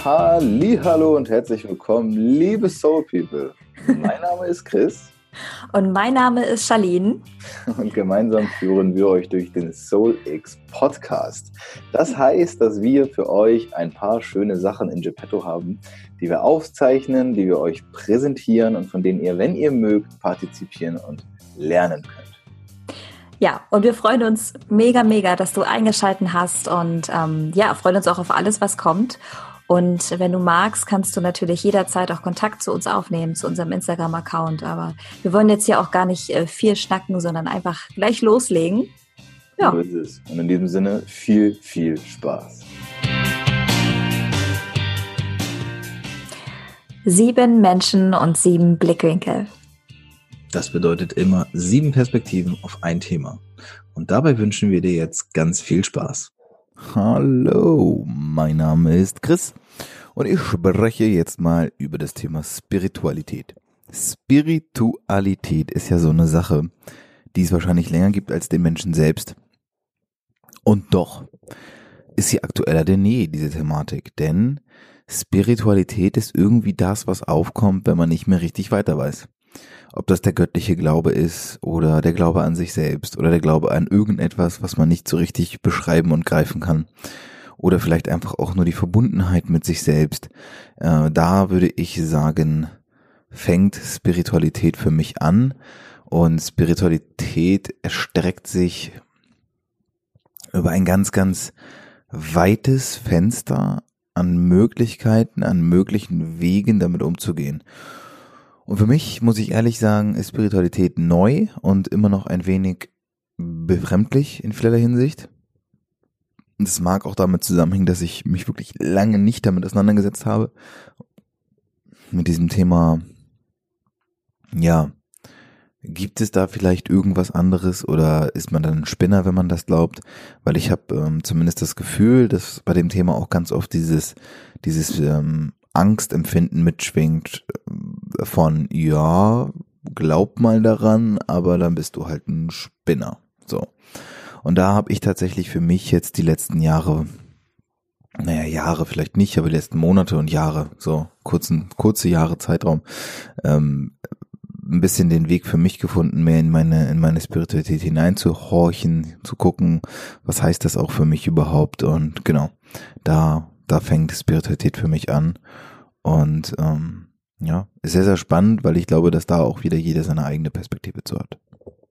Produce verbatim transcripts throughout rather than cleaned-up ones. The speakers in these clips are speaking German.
Hallihallo und herzlich willkommen, liebe Soul People. Mein Name ist Chris. Und mein Name ist Charlene. Und gemeinsam führen wir euch durch den SoulX Podcast. Das heißt, dass wir für euch ein paar schöne Sachen in Geppetto haben, die wir aufzeichnen, die wir euch präsentieren und von denen ihr, wenn ihr mögt, partizipieren und lernen könnt. Ja, und wir freuen uns mega, mega, dass du eingeschaltet hast und ähm, ja, freuen uns auch auf alles, was kommt. Und wenn du magst, kannst du natürlich jederzeit auch Kontakt zu uns aufnehmen, zu unserem Instagram-Account. Aber wir wollen jetzt hier auch gar nicht äh, viel schnacken, sondern einfach gleich loslegen. Ja. So ist es. Und in diesem Sinne viel, viel Spaß. Sieben Menschen und sieben Blickwinkel. Das bedeutet immer sieben Perspektiven auf ein Thema. Und dabei wünschen wir dir jetzt ganz viel Spaß. Hallo, mein Name ist Chris und ich spreche jetzt mal über das Thema Spiritualität. Spiritualität ist ja so eine Sache, die es wahrscheinlich länger gibt als den Menschen selbst. Und doch ist sie aktueller denn je, diese Thematik. Denn Spiritualität ist irgendwie das, was aufkommt, wenn man nicht mehr richtig weiter weiß. Ob das der göttliche Glaube ist oder der Glaube an sich selbst oder der Glaube an irgendetwas, was man nicht so richtig beschreiben und greifen kann. Oder vielleicht einfach auch nur die Verbundenheit mit sich selbst. Äh, da würde ich sagen, fängt Spiritualität für mich an. Und Spiritualität erstreckt sich über ein ganz, ganz weites Fenster an Möglichkeiten, an möglichen Wegen, damit umzugehen. Und für mich, muss ich ehrlich sagen, ist Spiritualität neu und immer noch ein wenig befremdlich in vielerlei Hinsicht. Und das mag auch damit zusammenhängen, dass ich mich wirklich lange nicht damit auseinandergesetzt habe. Mit diesem Thema, ja, gibt es da vielleicht irgendwas anderes oder ist man dann ein Spinner, wenn man das glaubt? Weil ich habe ähm, zumindest das Gefühl, dass bei dem Thema auch ganz oft dieses, dieses ähm, Angstempfinden mitschwingt von, ja, glaub mal daran, aber dann bist du halt ein Spinner. So. Und da habe ich tatsächlich für mich jetzt die letzten Jahre, naja, Jahre vielleicht nicht, aber die letzten Monate und Jahre, so kurzen, kurze Jahre Zeitraum, ähm, ein bisschen den Weg für mich gefunden, mehr in meine, in meine Spiritualität hineinzuhorchen, zu gucken, was heißt das auch für mich überhaupt, und genau, da Da fängt Spiritualität für mich an und ähm, ja, ist sehr, sehr spannend, weil ich glaube, dass da auch wieder jeder seine eigene Perspektive zu hat.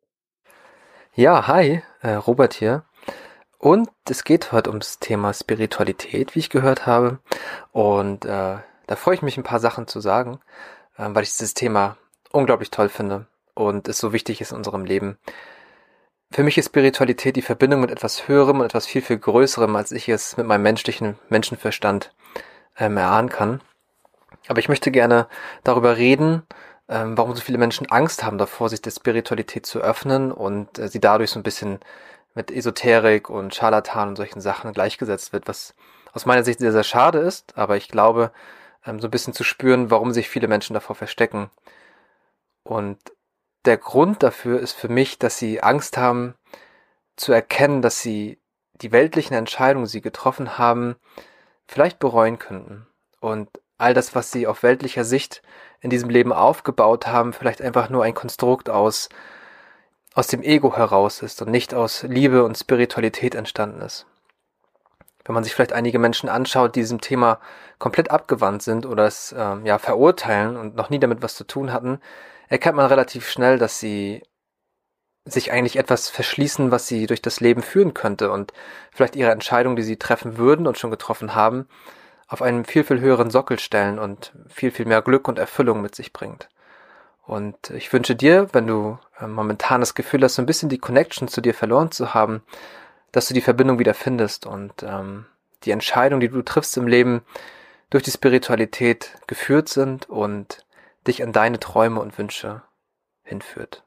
Ja, hi, äh, Robert hier. Und es geht heute ums Thema Spiritualität, wie ich gehört habe. Und äh, da freue ich mich, ein paar Sachen zu sagen, äh, weil ich dieses Thema unglaublich toll finde und es so wichtig ist in unserem Leben. Für mich ist Spiritualität die Verbindung mit etwas Höherem und etwas viel, viel Größerem, als ich es mit meinem menschlichen Menschenverstand ähm, erahnen kann. Aber ich möchte gerne darüber reden, ähm, warum so viele Menschen Angst haben davor, sich der Spiritualität zu öffnen und äh, sie dadurch so ein bisschen mit Esoterik und Scharlatan und solchen Sachen gleichgesetzt wird, was aus meiner Sicht sehr, sehr schade ist. Aber ich glaube, ähm, so ein bisschen zu spüren, warum sich viele Menschen davor verstecken. Und der Grund dafür ist für mich, dass sie Angst haben, zu erkennen, dass sie die weltlichen Entscheidungen, die sie getroffen haben, vielleicht bereuen könnten. Und all das, was sie auf weltlicher Sicht in diesem Leben aufgebaut haben, vielleicht einfach nur ein Konstrukt aus, aus dem Ego heraus ist und nicht aus Liebe und Spiritualität entstanden ist. Wenn man sich vielleicht einige Menschen anschaut, die diesem Thema komplett abgewandt sind oder es ähm, ja verurteilen und noch nie damit was zu tun hatten, erkennt man relativ schnell, dass sie sich eigentlich etwas verschließen, was sie durch das Leben führen könnte und vielleicht ihre Entscheidungen, die sie treffen würden und schon getroffen haben, auf einen viel, viel höheren Sockel stellen und viel, viel mehr Glück und Erfüllung mit sich bringt. Und ich wünsche dir, wenn du äh, momentan das Gefühl hast, so ein bisschen die Connection zu dir verloren zu haben, dass du die Verbindung wieder findest und ähm, die Entscheidungen, die du triffst im Leben, durch die Spiritualität geführt sind und dich an deine Träume und Wünsche hinführt.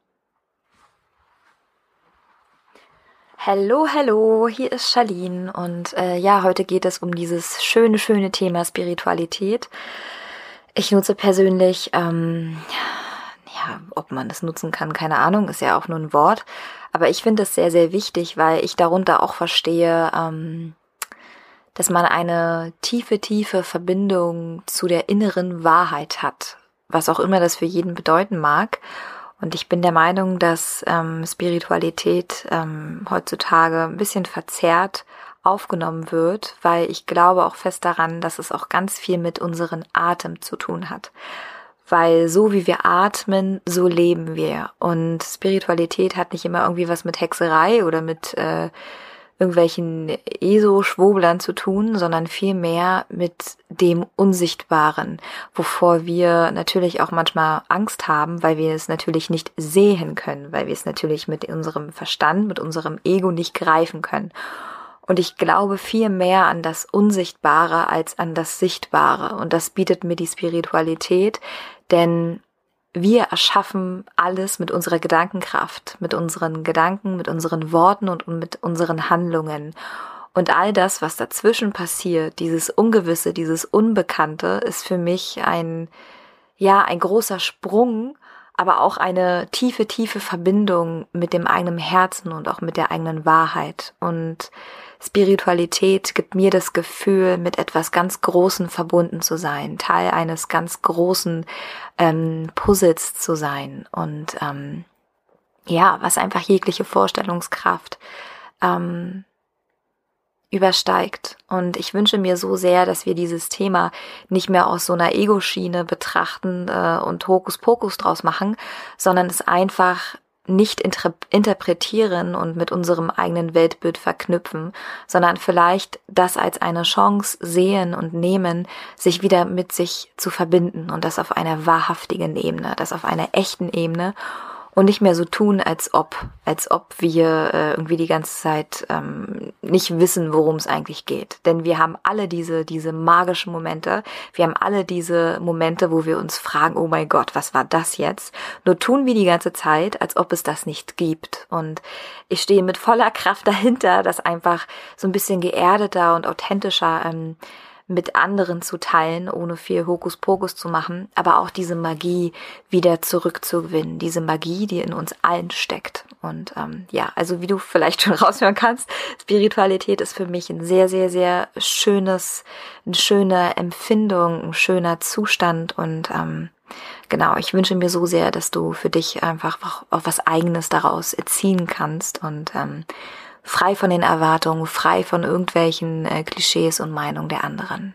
Hallo, hallo, hier ist Charlene und äh, ja, heute geht es um dieses schöne, schöne Thema Spiritualität. Ich nutze persönlich, ähm, ja, ob man das nutzen kann, keine Ahnung, ist ja auch nur ein Wort, aber ich finde es sehr, sehr wichtig, weil ich darunter auch verstehe, ähm, dass man eine tiefe, tiefe Verbindung zu der inneren Wahrheit hat, was auch immer das für jeden bedeuten mag. Und ich bin der Meinung, dass ähm, Spiritualität ähm, heutzutage ein bisschen verzerrt aufgenommen wird, weil ich glaube auch fest daran, dass es auch ganz viel mit unserem Atem zu tun hat. Weil so wie wir atmen, so leben wir. Und Spiritualität hat nicht immer irgendwie was mit Hexerei oder mit äh, irgendwelchen E S O-Schwurblern zu tun, sondern vielmehr mit dem Unsichtbaren, wovor wir natürlich auch manchmal Angst haben, weil wir es natürlich nicht sehen können, weil wir es natürlich mit unserem Verstand, mit unserem Ego nicht greifen können. Und ich glaube viel mehr an das Unsichtbare als an das Sichtbare. Und das bietet mir die Spiritualität, denn wir erschaffen alles mit unserer Gedankenkraft, mit unseren Gedanken, mit unseren Worten und mit unseren Handlungen. Und all das, was dazwischen passiert, dieses Ungewisse, dieses Unbekannte, ist für mich ein, ja, ein großer Sprung, aber auch eine tiefe, tiefe Verbindung mit dem eigenen Herzen und auch mit der eigenen Wahrheit. Und Spiritualität gibt mir das Gefühl, mit etwas ganz Großem verbunden zu sein, Teil eines ganz großen ähm, Puzzles zu sein und ähm, ja, was einfach jegliche Vorstellungskraft ähm, übersteigt. Und ich wünsche mir so sehr, dass wir dieses Thema nicht mehr aus so einer Ego-Schiene betrachten äh, und Hokuspokus draus machen, sondern es einfach nicht inter- interpretieren und mit unserem eigenen Weltbild verknüpfen, sondern vielleicht das als eine Chance sehen und nehmen, sich wieder mit sich zu verbinden und das auf einer wahrhaftigen Ebene, das auf einer echten Ebene und nicht mehr so tun, als ob, als ob wir äh, irgendwie die ganze Zeit ähm, nicht wissen, worum es eigentlich geht. Denn wir haben alle diese diese magischen Momente, wir haben alle diese Momente, wo wir uns fragen, oh mein Gott, was war das jetzt? Nur tun wir die ganze Zeit, als ob es das nicht gibt. Und ich stehe mit voller Kraft dahinter, das einfach so ein bisschen geerdeter und authentischer ähm, mit anderen zu teilen, ohne viel Hokuspokus zu machen, aber auch diese Magie wieder zurückzugewinnen, diese Magie, die in uns allen steckt. Und ähm, ja, also wie du vielleicht schon raushören kannst, Spiritualität ist für mich ein sehr, sehr, sehr schönes, eine schöne Empfindung, ein schöner Zustand und ähm, genau, ich wünsche mir so sehr, dass du für dich einfach auch, auch was Eigenes daraus erziehen kannst und ähm, frei von den Erwartungen, frei von irgendwelchen äh, Klischees und Meinungen der anderen.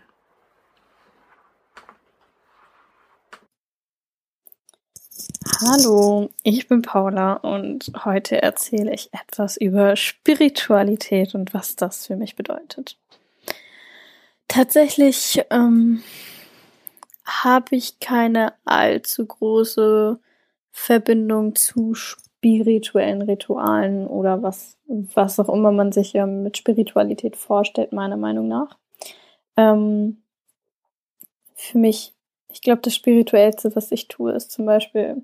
Hallo, ich bin Paula und heute erzähle ich etwas über Spiritualität und was das für mich bedeutet. Tatsächlich ähm, habe ich keine allzu große Verbindung zu spirituellen Ritualen oder was, was auch immer man sich ähm, mit Spiritualität vorstellt, meiner Meinung nach. Ähm, für mich, ich glaube, das Spirituellste, was ich tue, ist zum Beispiel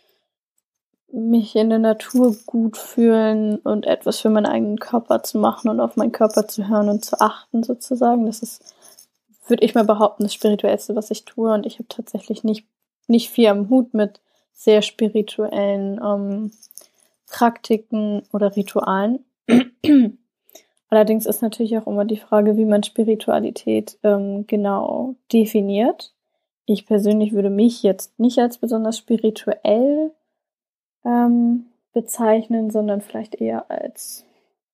mich in der Natur gut fühlen und etwas für meinen eigenen Körper zu machen und auf meinen Körper zu hören und zu achten sozusagen. Das ist, würde ich mal behaupten, das Spirituellste, was ich tue. Und ich habe tatsächlich nicht, nicht viel am Hut mit sehr spirituellen ähm, Praktiken oder Ritualen. Allerdings ist natürlich auch immer die Frage, wie man Spiritualität ähm, genau definiert. Ich persönlich würde mich jetzt nicht als besonders spirituell ähm, bezeichnen, sondern vielleicht eher als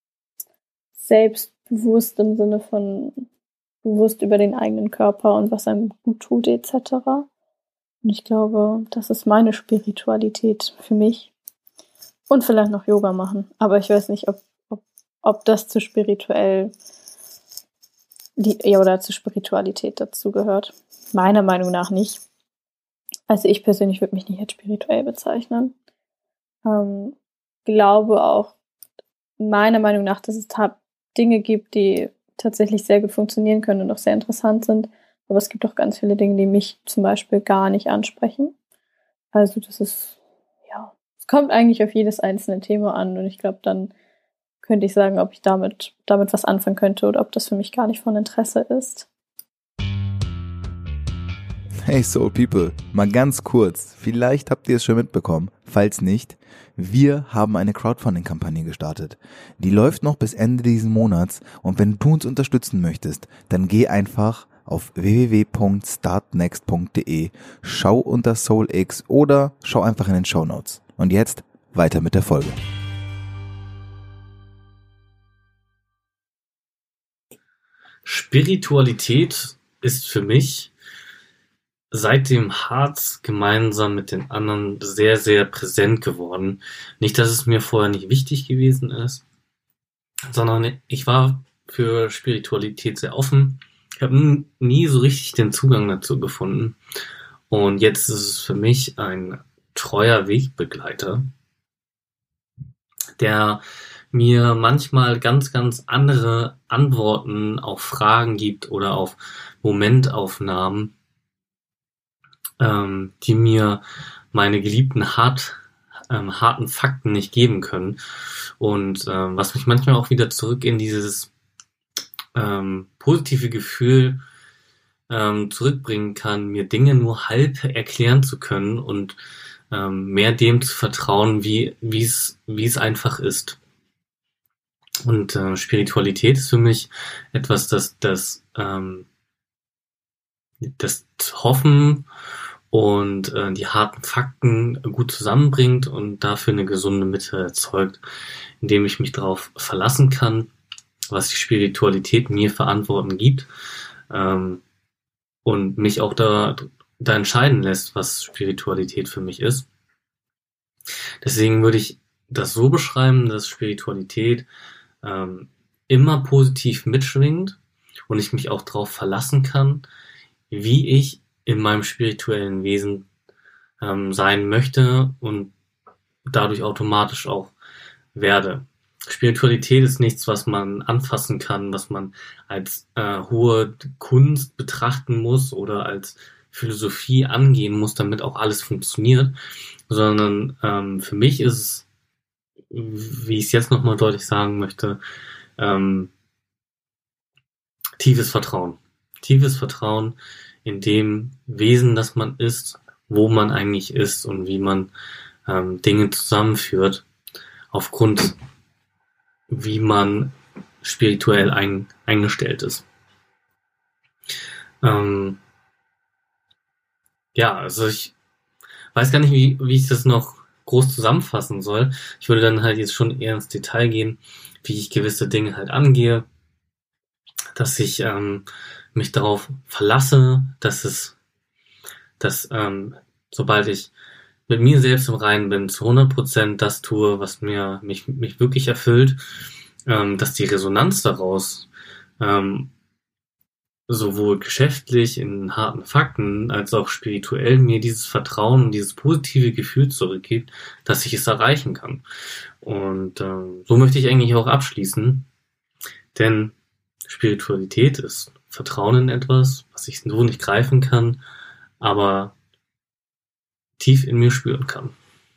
selbstbewusst im Sinne von bewusst über den eigenen Körper und was einem gut tut et cetera. Und ich glaube, das ist meine Spiritualität für mich. Und vielleicht noch Yoga machen. Aber ich weiß nicht, ob, ob, ob das zu spirituell die, ja, oder zur Spiritualität dazu gehört. Meiner Meinung nach nicht. Also ich persönlich würde mich nicht als spirituell bezeichnen. Ähm, glaube auch meiner Meinung nach, dass es ta- Dinge gibt, die tatsächlich sehr gut funktionieren können und auch sehr interessant sind. Aber es gibt auch ganz viele Dinge, die mich zum Beispiel gar nicht ansprechen. Also das ist, ja, es kommt eigentlich auf jedes einzelne Thema an und ich glaube, dann könnte ich sagen, ob ich damit, damit was anfangen könnte oder ob das für mich gar nicht von Interesse ist. Hey Soul People, mal ganz kurz, vielleicht habt ihr es schon mitbekommen, falls nicht, wir haben eine Crowdfunding-Kampagne gestartet. Die läuft noch bis Ende diesen Monats und wenn du uns unterstützen möchtest, dann geh einfach auf w w w punkt startnext punkt d e, schau unter SoulX oder schau einfach in den Shownotes. Und jetzt weiter mit der Folge. Spiritualität ist für mich seit dem Harz gemeinsam mit den anderen sehr, sehr präsent geworden. Nicht, dass es mir vorher nicht wichtig gewesen ist, sondern ich war für Spiritualität sehr offen. Ich habe nie so richtig den Zugang dazu gefunden. Und jetzt ist es für mich ein treuer Wegbegleiter, der mir manchmal ganz, ganz andere Antworten auf Fragen gibt oder auf Momentaufnahmen, ähm, die mir meine geliebten hart, ähm, harten Fakten nicht geben können. Und ähm, was mich manchmal auch wieder zurück in dieses ähm, positive Gefühl ähm, zurückbringen kann, mir Dinge nur halb erklären zu können und ähm, mehr dem zu vertrauen, wie wie es wie es einfach ist. Und äh, Spiritualität ist für mich etwas, das das ähm, das Hoffen und äh, die harten Fakten gut zusammenbringt und dafür eine gesunde Mitte erzeugt, indem ich mich darauf verlassen kann, was die Spiritualität mir für Antworten gibt, ähm, und mich auch da, da entscheiden lässt, was Spiritualität für mich ist. Deswegen würde ich das so beschreiben, dass Spiritualität ähm, immer positiv mitschwingt und ich mich auch darauf verlassen kann, wie ich in meinem spirituellen Wesen ähm, sein möchte und dadurch automatisch auch werde. Spiritualität ist nichts, was man anfassen kann, was man als äh, hohe Kunst betrachten muss oder als Philosophie angehen muss, damit auch alles funktioniert, sondern ähm, für mich ist es, wie ich es jetzt nochmal deutlich sagen möchte, ähm, tiefes Vertrauen. Tiefes Vertrauen in dem Wesen, das man ist, wo man eigentlich ist und wie man ähm, Dinge zusammenführt, aufgrund wie man spirituell ein, eingestellt ist. Ähm, ja, also ich weiß gar nicht, wie, wie ich das noch groß zusammenfassen soll. Ich würde dann halt jetzt schon eher ins Detail gehen, wie ich gewisse Dinge halt angehe, dass ich ähm, mich darauf verlasse, dass es, dass ähm, sobald ich mit mir selbst im Reinen bin, zu hundert Prozent das tue, was mir mich mich wirklich erfüllt, ähm, dass die Resonanz daraus ähm, sowohl geschäftlich in harten Fakten als auch spirituell mir dieses Vertrauen und dieses positive Gefühl zurückgibt, dass ich es erreichen kann. Und ähm, so möchte ich eigentlich auch abschließen, denn Spiritualität ist Vertrauen in etwas, was ich so nicht greifen kann, aber tief in mir spüren kann.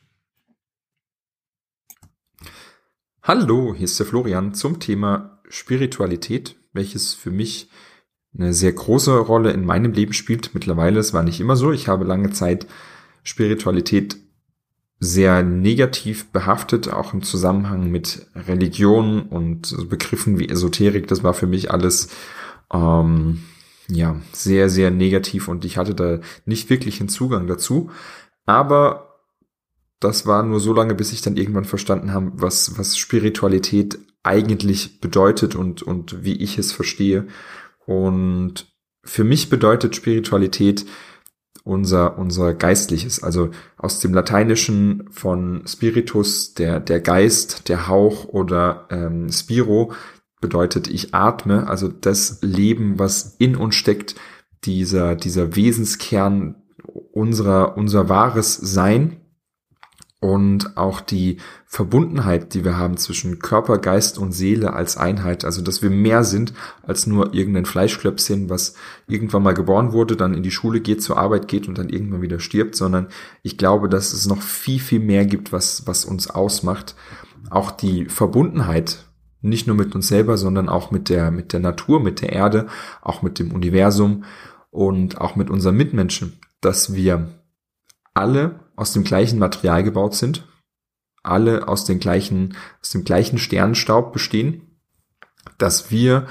Hallo, hier ist der Florian zum Thema Spiritualität, welches für mich eine sehr große Rolle in meinem Leben spielt. Mittlerweile, es war nicht immer so. Ich habe lange Zeit Spiritualität sehr negativ behaftet, auch im Zusammenhang mit Religion und Begriffen wie Esoterik. Das war für mich alles ähm, ja sehr, sehr negativ und ich hatte da nicht wirklich einen Zugang dazu. Aber das war nur so lange, bis ich dann irgendwann verstanden habe, was, was Spiritualität eigentlich bedeutet und, und wie ich es verstehe. Und für mich bedeutet Spiritualität unser, unser Geistliches, also aus dem Lateinischen von Spiritus, der, der Geist, der Hauch oder ähm, Spiro bedeutet ich atme, also das Leben, was in uns steckt, dieser, dieser Wesenskern unserer, unser wahres Sein und auch die Verbundenheit, die wir haben zwischen Körper, Geist und Seele als Einheit, also dass wir mehr sind als nur irgendein Fleischklöpfchen, was irgendwann mal geboren wurde, dann in die Schule geht, zur Arbeit geht und dann irgendwann wieder stirbt, sondern ich glaube, dass es noch viel, viel mehr gibt, was, was uns ausmacht. Auch die Verbundenheit, nicht nur mit uns selber, sondern auch mit der, mit der Natur, mit der Erde, auch mit dem Universum und auch mit unseren Mitmenschen, dass wir alle aus dem gleichen Material gebaut sind, alle aus den gleichen, aus dem gleichen Sternenstaub bestehen, dass wir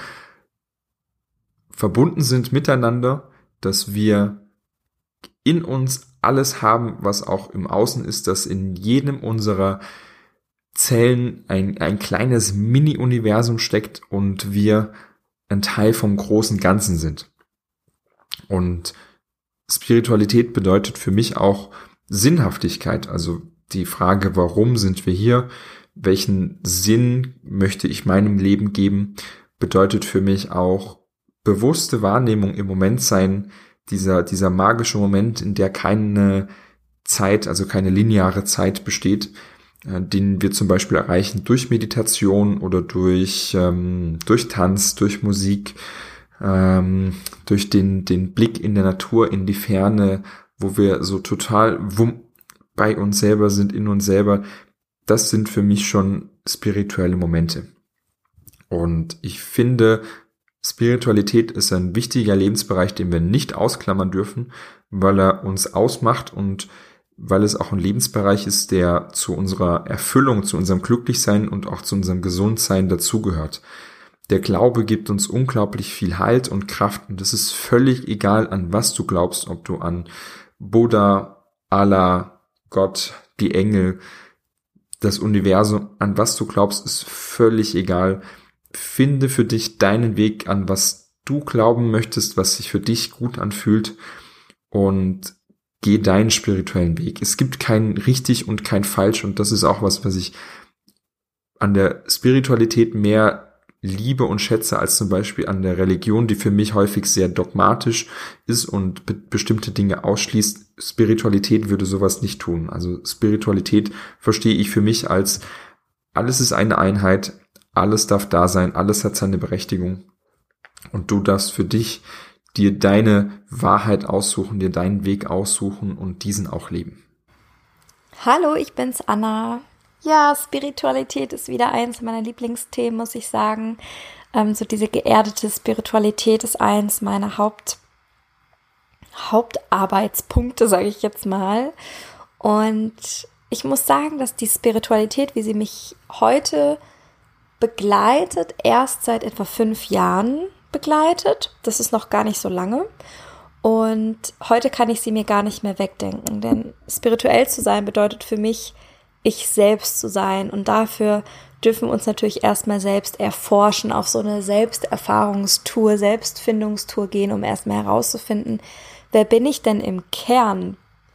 verbunden sind miteinander, dass wir in uns alles haben, was auch im Außen ist, dass in jedem unserer Zellen ein, ein kleines Mini-Universum steckt und wir ein Teil vom großen Ganzen sind. Und Spiritualität bedeutet für mich auch Sinnhaftigkeit, also die Frage, warum sind wir hier, welchen Sinn möchte ich meinem Leben geben, bedeutet für mich auch bewusste Wahrnehmung im Moment sein, dieser, dieser magische Moment, in der keine Zeit, also keine lineare Zeit besteht, den wir zum Beispiel erreichen durch Meditation oder durch, ähm, durch Tanz, durch Musik, ähm, durch den, den Blick in der Natur, in die Ferne, wo wir so total wumm bei uns selber sind, in uns selber. Das sind für mich schon spirituelle Momente. Und ich finde, Spiritualität ist ein wichtiger Lebensbereich, den wir nicht ausklammern dürfen, weil er uns ausmacht und weil es auch ein Lebensbereich ist, der zu unserer Erfüllung, zu unserem Glücklichsein und auch zu unserem Gesundsein dazugehört. Der Glaube gibt uns unglaublich viel Halt und Kraft und es ist völlig egal, an was du glaubst, ob du an Buddha, Allah, Gott, die Engel, das Universum, an was du glaubst, ist völlig egal. Finde für dich deinen Weg, an was du glauben möchtest, was sich für dich gut anfühlt und geh deinen spirituellen Weg. Es gibt kein richtig und kein falsch und das ist auch was, was ich an der Spiritualität mehr liebe und schätze als zum Beispiel an der Religion, die für mich häufig sehr dogmatisch ist und be- bestimmte Dinge ausschließt. Spiritualität würde sowas nicht tun. Also Spiritualität verstehe ich für mich als alles ist eine Einheit, alles darf da sein, alles hat seine Berechtigung und du darfst für dich dir deine Wahrheit aussuchen, dir deinen Weg aussuchen und diesen auch leben. Hallo, ich bin's, Anna. Ja, Spiritualität ist wieder eins meiner Lieblingsthemen, muss ich sagen. Ähm, so diese geerdete Spiritualität ist eins meiner Haupt, Hauptarbeitspunkte, sage ich jetzt mal. Und ich muss sagen, dass die Spiritualität, wie sie mich heute begleitet, erst seit etwa fünf Jahren begleitet. Das ist noch gar nicht so lange. Und heute kann ich sie mir gar nicht mehr wegdenken. Denn spirituell zu sein bedeutet für mich, ich selbst zu sein. Und dafür dürfen wir uns natürlich erstmal selbst erforschen, auf so eine Selbsterfahrungstour, Selbstfindungstour gehen, um erstmal herauszufinden, wer bin ich denn im Kern?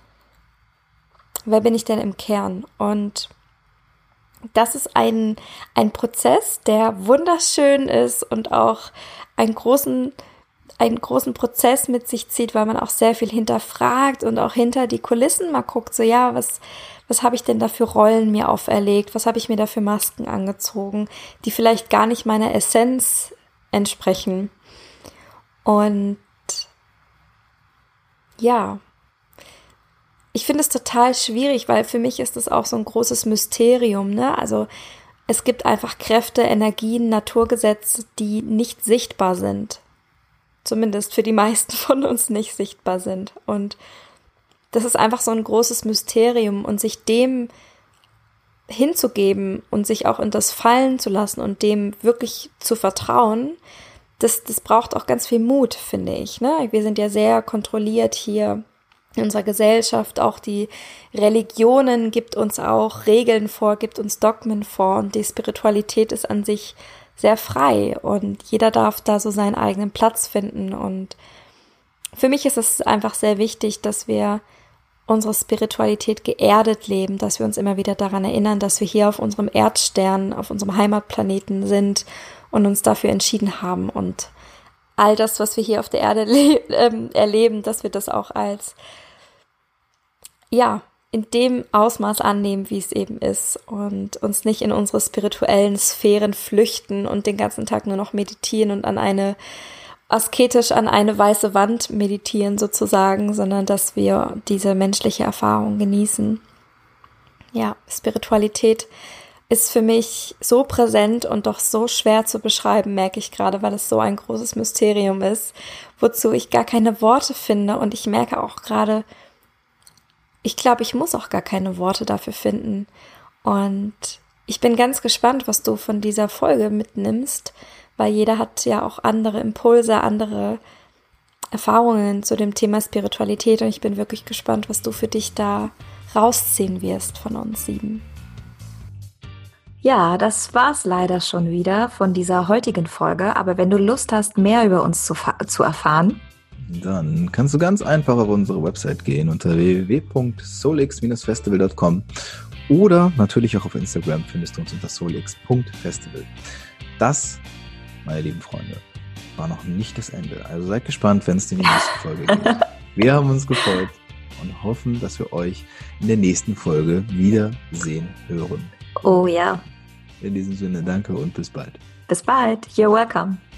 Wer bin ich denn im Kern? Und das ist ein, ein Prozess, der wunderschön ist und auch einen großen, einen großen Prozess mit sich zieht, weil man auch sehr viel hinterfragt und auch hinter die Kulissen mal guckt, so ja, was, was habe ich denn da für Rollen mir auferlegt, was habe ich mir da für Masken angezogen, die vielleicht gar nicht meiner Essenz entsprechen. Und ja, ich finde es total schwierig, weil für mich ist das auch so ein großes Mysterium, ne? Also es gibt einfach Kräfte, Energien, Naturgesetze, die nicht sichtbar sind. Zumindest für die meisten von uns nicht sichtbar sind. Und das ist einfach so ein großes Mysterium und sich dem hinzugeben und sich auch in das fallen zu lassen und dem wirklich zu vertrauen, das, das braucht auch ganz viel Mut, finde ich, ne? Wir sind ja sehr kontrolliert hier in unserer Gesellschaft, auch die Religionen gibt uns auch Regeln vor, gibt uns Dogmen vor und die Spiritualität ist an sich sehr frei und jeder darf da so seinen eigenen Platz finden und für mich ist es einfach sehr wichtig, dass wir unsere Spiritualität geerdet leben, dass wir uns immer wieder daran erinnern, dass wir hier auf unserem Erdstern, auf unserem Heimatplaneten sind und uns dafür entschieden haben und all das, was wir hier auf der Erde le- äh, erleben, dass wir das auch als ja, in dem Ausmaß annehmen, wie es eben ist und uns nicht in unsere spirituellen Sphären flüchten und den ganzen Tag nur noch meditieren und an eine, asketisch an eine weiße Wand meditieren sozusagen, sondern dass wir diese menschliche Erfahrung genießen. Ja, Spiritualität ist für mich so präsent und doch so schwer zu beschreiben, merke ich gerade, weil es so ein großes Mysterium ist, wozu ich gar keine Worte finde. Und ich merke auch gerade, ich glaube, ich muss auch gar keine Worte dafür finden. Und ich bin ganz gespannt, was du von dieser Folge mitnimmst, weil jeder hat ja auch andere Impulse, andere Erfahrungen zu dem Thema Spiritualität. Und ich bin wirklich gespannt, was du für dich da rausziehen wirst von uns sieben. Ja, das war's leider schon wieder von dieser heutigen Folge. Aber wenn du Lust hast, mehr über uns zu, zu erfahren, dann kannst du ganz einfach auf unsere Website gehen unter w w w punkt soulx festival punkt com oder natürlich auch auf Instagram findest du uns unter soulx punkt festival. Das, meine lieben Freunde, war noch nicht das Ende. Also seid gespannt, wenn es in die nächste Folge geht. Wir haben uns gefreut und hoffen, dass wir euch in der nächsten Folge wiedersehen hören. Oh ja. In diesem Sinne, danke und bis bald. Bis bald. You're welcome.